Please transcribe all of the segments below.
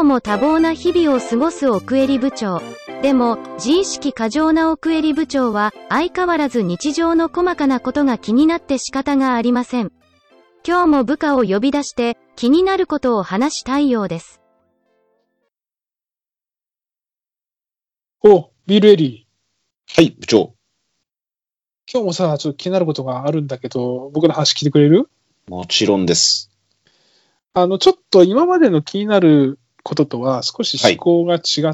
も多忙な日々を過ごす奥襟部長。でも、自意識過剰な奥襟部長は、相変わらず日常の細かなことが気になって仕方がありません。今日も部下を呼び出して、気になることを話したいようです。 お、ビールエリー。はい、部長。 今日もさ、ちょっと気になることがあるんだけど、僕の話聞いてくれる？ もちろんです。 ちょっと今までの気になることとは少し思考が違って、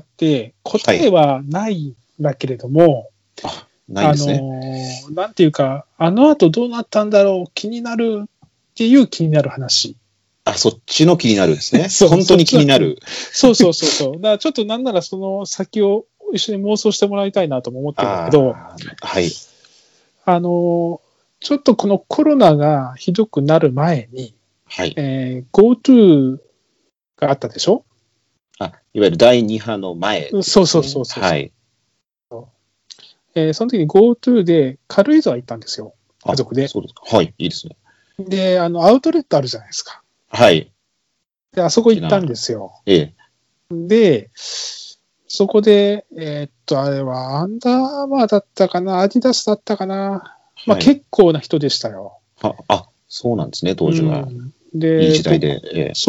答えはないんだけれども、 ないですね。 なんていうか、あの後どうなったんだろう、気になるっていう気になる話。 そっちの気になるですね。 そう本当に気になる。 そう。だからちょっとなんならその先を一緒に妄想してもらいたいなとも思ってるんだけど、 はい。 ちょっとこのコロナがひどくなる前に、 はい。 GoTo があったでしょ？ いわゆる第2波の前、ね。 そう。 はい。 その時に GoTo で軽井沢行ったんですよ。家族で。 そうですか。はい、いいですね。 で、アウトレットあるじゃないですか。 はい。 で、あそこ行ったんですよ。で、そこで、あれはアンダーアーマーだったかな、アディダスだったかな。結構な人でしたよ。 そうなんですね、当時は。 で、 いい時代で。 そう。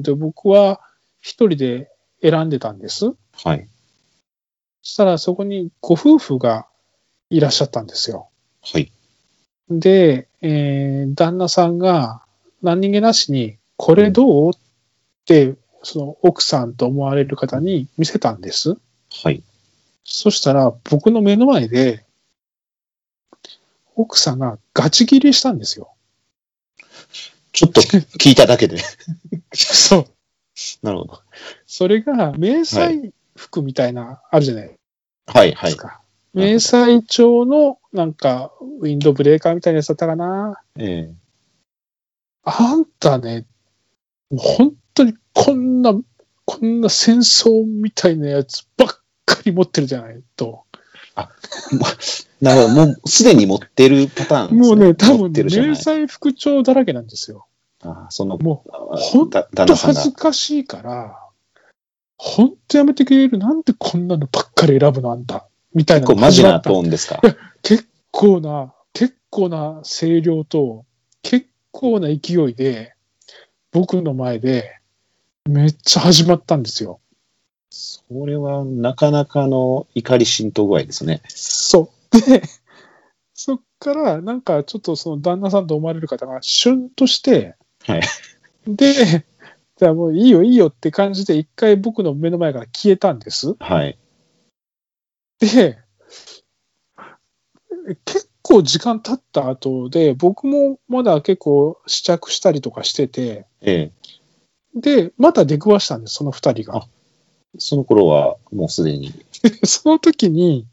で、僕は一人で選んでたんです。 はい。 そしたらそこにご夫婦がいらっしゃったんですよ。 はい。 で、旦那さんが何気なしに、これどうって、その奥さんと思われる方に見せたんです。 はい。 そしたら僕の目の前で、奥さんがガチ切りしたんですよ。 ちょっと聞いただけで。 そう。 なるほど。 それが、迷彩服みたいな、あるじゃないですか。 はい。 迷彩調の、なんか、ウィンドブレーカーみたいなやつだったかな。あんたね、本当にこんな戦争みたいなやつばっかり持ってるじゃないと。 なるほど。もうすでに持ってるパターンですね。 もうね、多分迷彩服調だらけなんですよ。もう、ほんと恥ずかしいから、ほんとやめてくれる。なんでこんなのばっかり選ぶのあんた。みたいな。 結構マジなトーンですか？ 結構な声量と、結構な勢いで、僕の前で、めっちゃ始まったんですよ。 それはなかなかの怒り浸透具合ですね。 そう。で、そっからなんかちょっとその旦那さんと思われる方がシュンとして、 はい。 で、じゃあもういいよって感じで一回僕の目の前から消えたんです。 はい。 で、結構時間経った後で、僕もまだ結構試着したりとかしてて、で、また出くわしたんです、その二人が。 その頃はもうすでに。 その時に、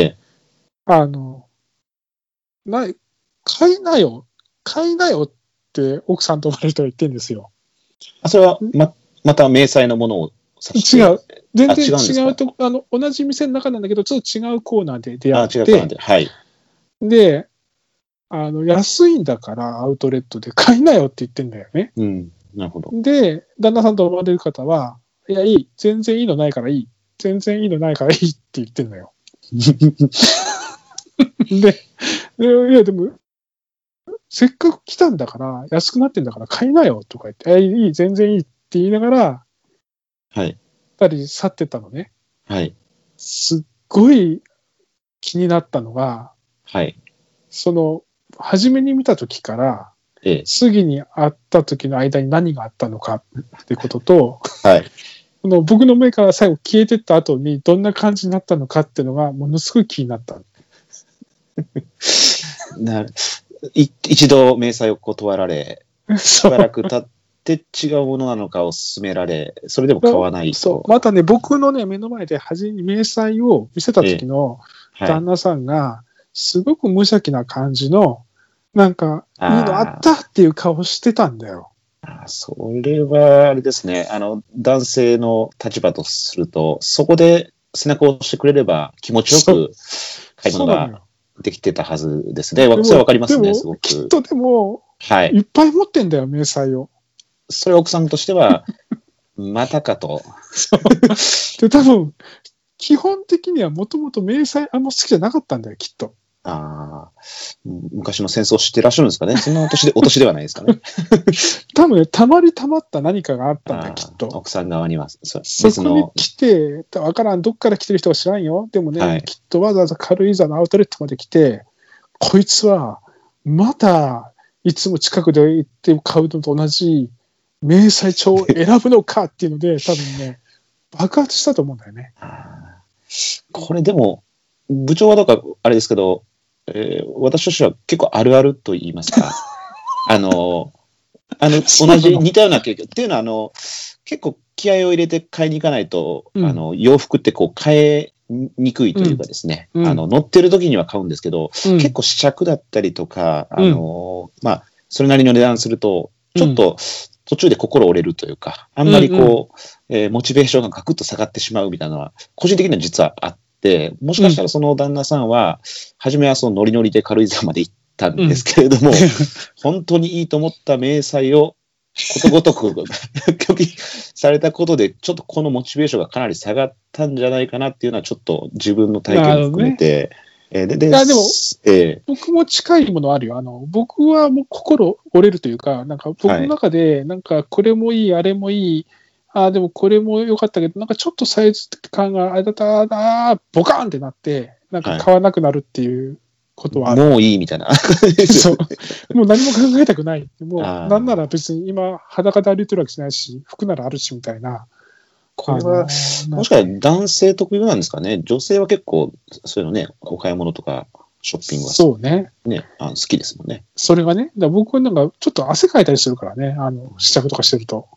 買いなよって奥さんと思われる人が言ってるんですよ。 それはまた迷彩のものを違う。全然違うと、同じ店の中なんだけど、ちょっと違うコーナーで出会って。 違うコーナーで。はい。 で、安いんだからアウトレットで買いなよって言ってんだよね。 なるほど。で、 旦那さんと思われる方は、いや、いい。全然いいのないからいい。全然いいのないからいいって言ってんのよ。いや、でも、せっかく来たんだから、安くなってんだから買いなよとか言って、いい、全然いいって言いながら、 はい。 やっぱり去ってったのね。 はい。 すっごい気になったのが、 はい。 初めに見た時から、次に会った時の間に何があったのかってことと、 はい。 僕の目から最後消えてった後にどんな感じになったのかっていうのがものすごい気になった。 一度明細を断られ、しばらく経って違うものなのかを勧められ、それでも買わないと。 そう。またね、僕のね、目の前で初めに明細を見せた時の旦那さんが、すごく無邪気な感じの、なんか、いいのあったっていう顔してたんだよ。 それは、あれですね。男性の立場とすると、そこで背中を押してくれれば気持ちよく買い物ができてたはずですね。それはわかりますね、すごく。 きっとでも、いっぱい持ってんだよ、明細を。 それは奥さんとしては、 またかと。 で、多分、基本的にはもともと迷彩あんま好きじゃなかったんだよ、きっと。 ああ、昔の戦争を知ってらっしゃるんですかね。そんなお年ではないですかね。 多分ね、たまった何かがあったんだよ、きっと。 奥さん側には。 そこに来て、わからん、どっから来てる人は知らんよ。でもね、はい、きっとわざわざ軽井沢のアウトレットまで来て、こいつは、また、いつも近くで行って買うのと同じ迷彩帳を選ぶのかっていうので、多分ね、爆発したと思うんだよね。 これでも、部長はどうかあれですけど、私としては結構あるあると言いますか、同じ似たような経験っていうのは、結構気合を入れて買いに行かないと、洋服ってこう買えにくいというかですね、乗ってる時には買うんですけど、結構試着だったりとか、まあ、それなりの値段すると、ちょっと途中で心折れるというか、あんまりこう、モチベーションがガクッと下がってしまうみたいなのは、個人的には実はあって、もしかしたらその旦那さんは、初めはそのノリノリで軽井沢まで行ったんですけれども、本当にいいと思った迷彩をことごとく拒否されたことで、ちょっとこのモチベーションがかなり下がったんじゃないかなっていうのは、ちょっと自分の体験も含めて、 でも、僕も近いものあるよ。僕はもう心折れるというか、なんか僕の中で、なんかこれもいい、あれもいい、でもこれも良かったけど、なんかちょっとサイズ感があれだったな、ボカーンってなって、なんか買わなくなるっていうことはある。 もういいみたいな。 そう。もう何も考えたくない。もうなんなら別に今裸で歩いてるわけじゃないし、服ならあるしみたいな。 これは、もしかしたら男性特有なんですかね。女性は結構、そういうのね、お買い物とか、ショッピングは。 そうね。 好きですもんね。 それがね、僕はなんか、ちょっと汗かいたりするからね、試着とかしてると。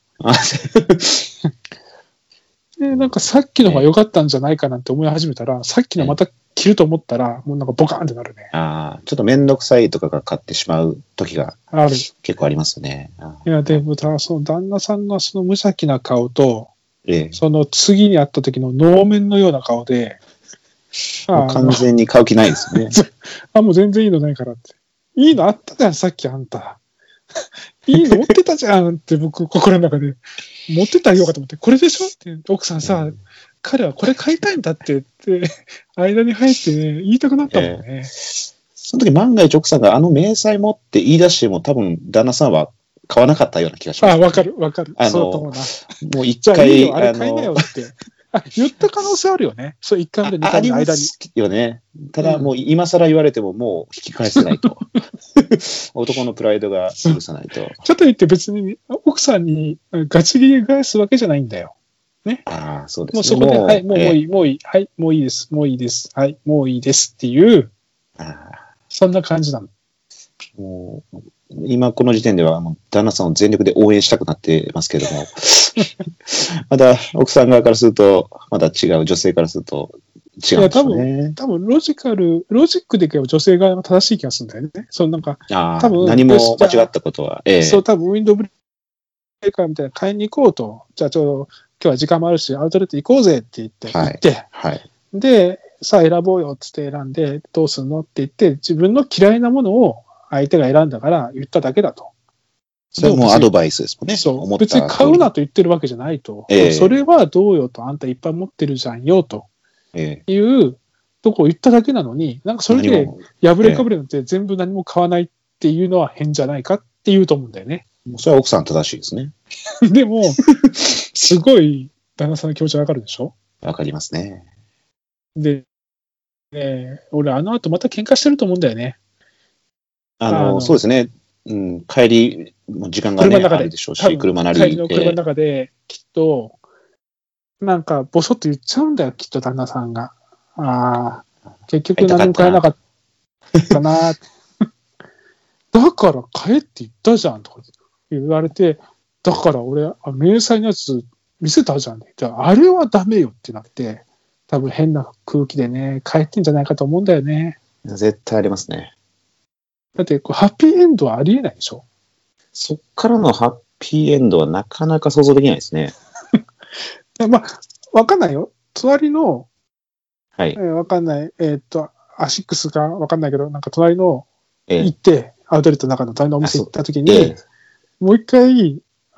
で、なんかさっきの方が良かったんじゃないかなって思い始めたら、さっきのまた着ると思ったら、もうなんかボカーンってなるね。 ちょっとめんどくさいとかが買ってしまう時が結構ありますね。 いや、でも、その旦那さんのその無邪気な顔と、その次に会った時の能面のような顔で、 完全に買う気ないですね。 もう全然いいのないからって。いいのあったじゃん、さっきあんた。いいの持ってたじゃんって僕、心の中で。持ってたらよかと思って、これでしょって、奥さんさ、彼はこれ買いたいんだって間に入ってね、言いたくなったもんね。 その時万が一奥さんが迷彩持って言い出しても多分旦那さんは買わなかったような気がします。 わかる。そうと思うな。 もう一回、 あれ買いなよって。言った可能性あるよね。そう、1回目と2回目の間に。ありますよね。ただ、もう今更言われてももう引き返せないと。男のプライドが許さないと。 ちょっと言って別に奥さんにガチ切れ返すわけじゃないんだよ。ね。 そうですね。 もうそこで、はい、もういい。はい、もういいです。もういいです。はい、もういいですっていう、そんな感じなの。 もう今この時点では旦那さんを全力で応援したくなってますけれども、まだ奥さん側からすると、まだ違う、女性からすると違うんですよね。 多分ロジックでいけば女性側が正しい気がするんだよね。なんか、 多分何も間違ったことは。 そう、多分ウィンドブレーカーみたいな買いに行こうと、じゃあ今日は時間もあるし、アウトレット行こうぜって言って、で、さあ選ぼうよって言って選んで、どうするのって言って、自分の嫌いなものを相手が選んだから言っただけだと。 それもアドバイスですもんね。 そう。別に買うなと言ってるわけじゃないと。それはどうよと、あんたいっぱい持ってるじゃんよと。いうとこを言っただけなのに、なんかそれで破れかぶれなんて全部何も買わないっていうのは変じゃないかって言うと思うんだよね。 それは奥さん正しいですね。 でも、すごい旦那さんの気持ちわかるでしょ？ わかりますね。 で、俺あの後また喧嘩してると思うんだよね。 そうですね。帰り、時間がね、あるでしょうし、車なり。 帰りの車の中で、きっと、なんか、ボソッと言っちゃうんだよ、きっと旦那さんが。結局何も買えなかったな。だから買えって言ったじゃん、とか言われて、だから俺、迷彩のやつ見せたじゃん。あれはダメよってなって、多分変な空気でね、帰ってんじゃないかと思うんだよね。 絶対ありますね。 だってハッピーエンドはありえないでしょ。 そっからのハッピーエンドはなかなか想像できないですね。 まあ、わかんないよ。隣の、 はい。 わかんない。アシックスかわかんないけど、なんか隣の、行って、アウトレットの中の隣のお店行った時に、もう一回、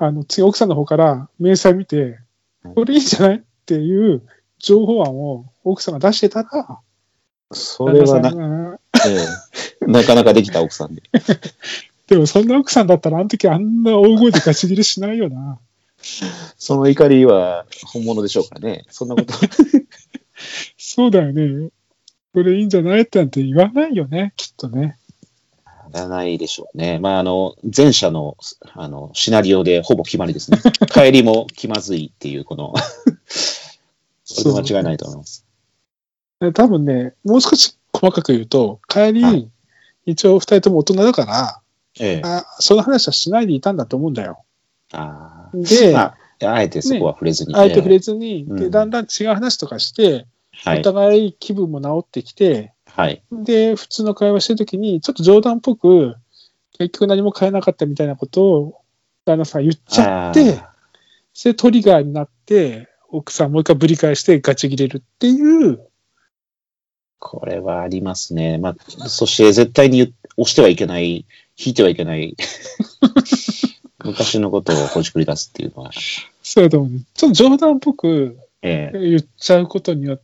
次奥さんの方から明細見て、これいいんじゃないっていう情報案を奥さんが出してたら、 それはなかなかできた奥さんで。 でもそんな奥さんだったらあの時あんな大声でガチ切れしないよな。 その怒りは本物でしょうからね。そんなこと。 そうだよね。これいいんじゃないってなんて言わないよね、きっとね。 言わないでしょうね。まあ、前者の、シナリオでほぼ決まりですね。帰りも気まずいっていう、これで間違いないと思います。 多分ね、もう少し細かく言うと、帰り、一応二人とも大人だから、その話はしないでいたんだと思うんだよ。で、 あえてそこは触れずに。 あえて触れずに、で、だんだん違う話とかして、お互い気分も治ってきて、で、普通の会話してるときに、ちょっと冗談っぽく、結局何も変えなかったみたいなことを、旦那さん言っちゃって、それトリガーになって、奥さんもう一回ぶり返してガチ切れるっていう。 これはありますね。まあ、そして絶対に押してはいけない、引いてはいけない、昔のことをほじくり出すっていうのは。 そうだと思うね。ちょっと冗談っぽく言っちゃうことによって、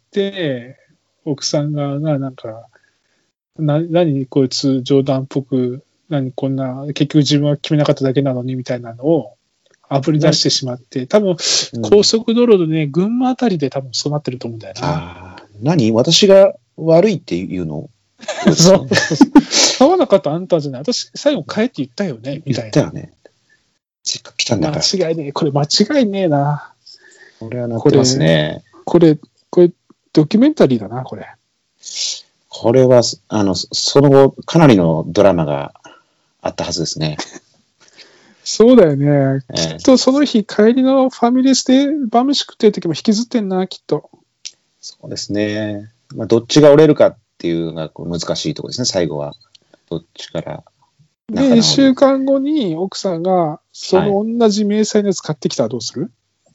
奥さん側がなんか、何こいつ冗談っぽく、こんな、結局自分は決めなかっただけなのにみたいなのをあぶり出してしまって、多分、高速道路でね、群馬あたりで多分そうなってると思うんだよな。 私が悪いっていうのそう。買わなかったあんたじゃない。私、最後買えって言ったよねみたいな。 言ったよね。せっかく来たんだから。 間違いねえ。これ間違いねえな。 これはなってますね。 これ、ドキュメンタリーだな、これ。 これは、その後、かなりのドラマがあったはずですね。 そうだよね。きっとその日、帰りのファミレスで晩飯食ってる時も引きずってんな、きっと。 そうですね。まあ、どっちが折れるかっていうのが難しいところですね、最後は。どっちから。 で、1週間後に奥さんが、その同じ明細のやつ買ってきたらどうする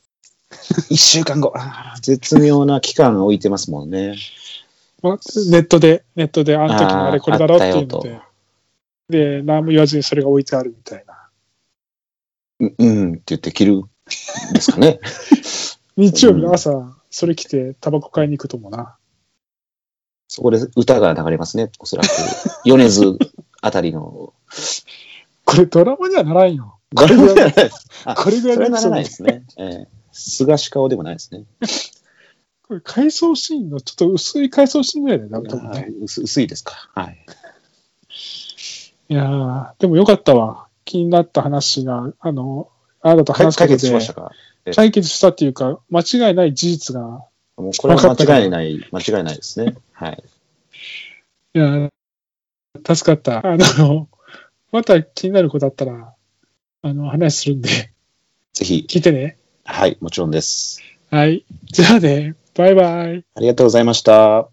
？1週間後。絶妙な期間置いてますもんね。 ネットで、あの時のあれこれだろっていうので。で、何も言わずにそれが置いてあるみたいな。 って言って切るんですかね。 日曜日の朝、それ着てタバコ買いに行くと思うな。 そこで歌が流れますね、おそらく。米津あたりの。 これドラマにはならんよ。 これぐらいならないです。 これぐらいならないですね。菅氏顔でもないですね。 これ回想シーンのちょっと薄い回想シーンぐらいでだめと思うね。 薄いですか。はい。 いやー、でもよかったわ。気になった話が、あなたと話すことで解決しましたか？ 解決したっていうか、間違いない事実が。もうこれは間違いないですね。はい。 いや、助かった。また気になることあったら、話するんで。 ぜひ。 聞いてね。 はい、もちろんです。 はい。じゃあね、バイバイ。 ありがとうございました。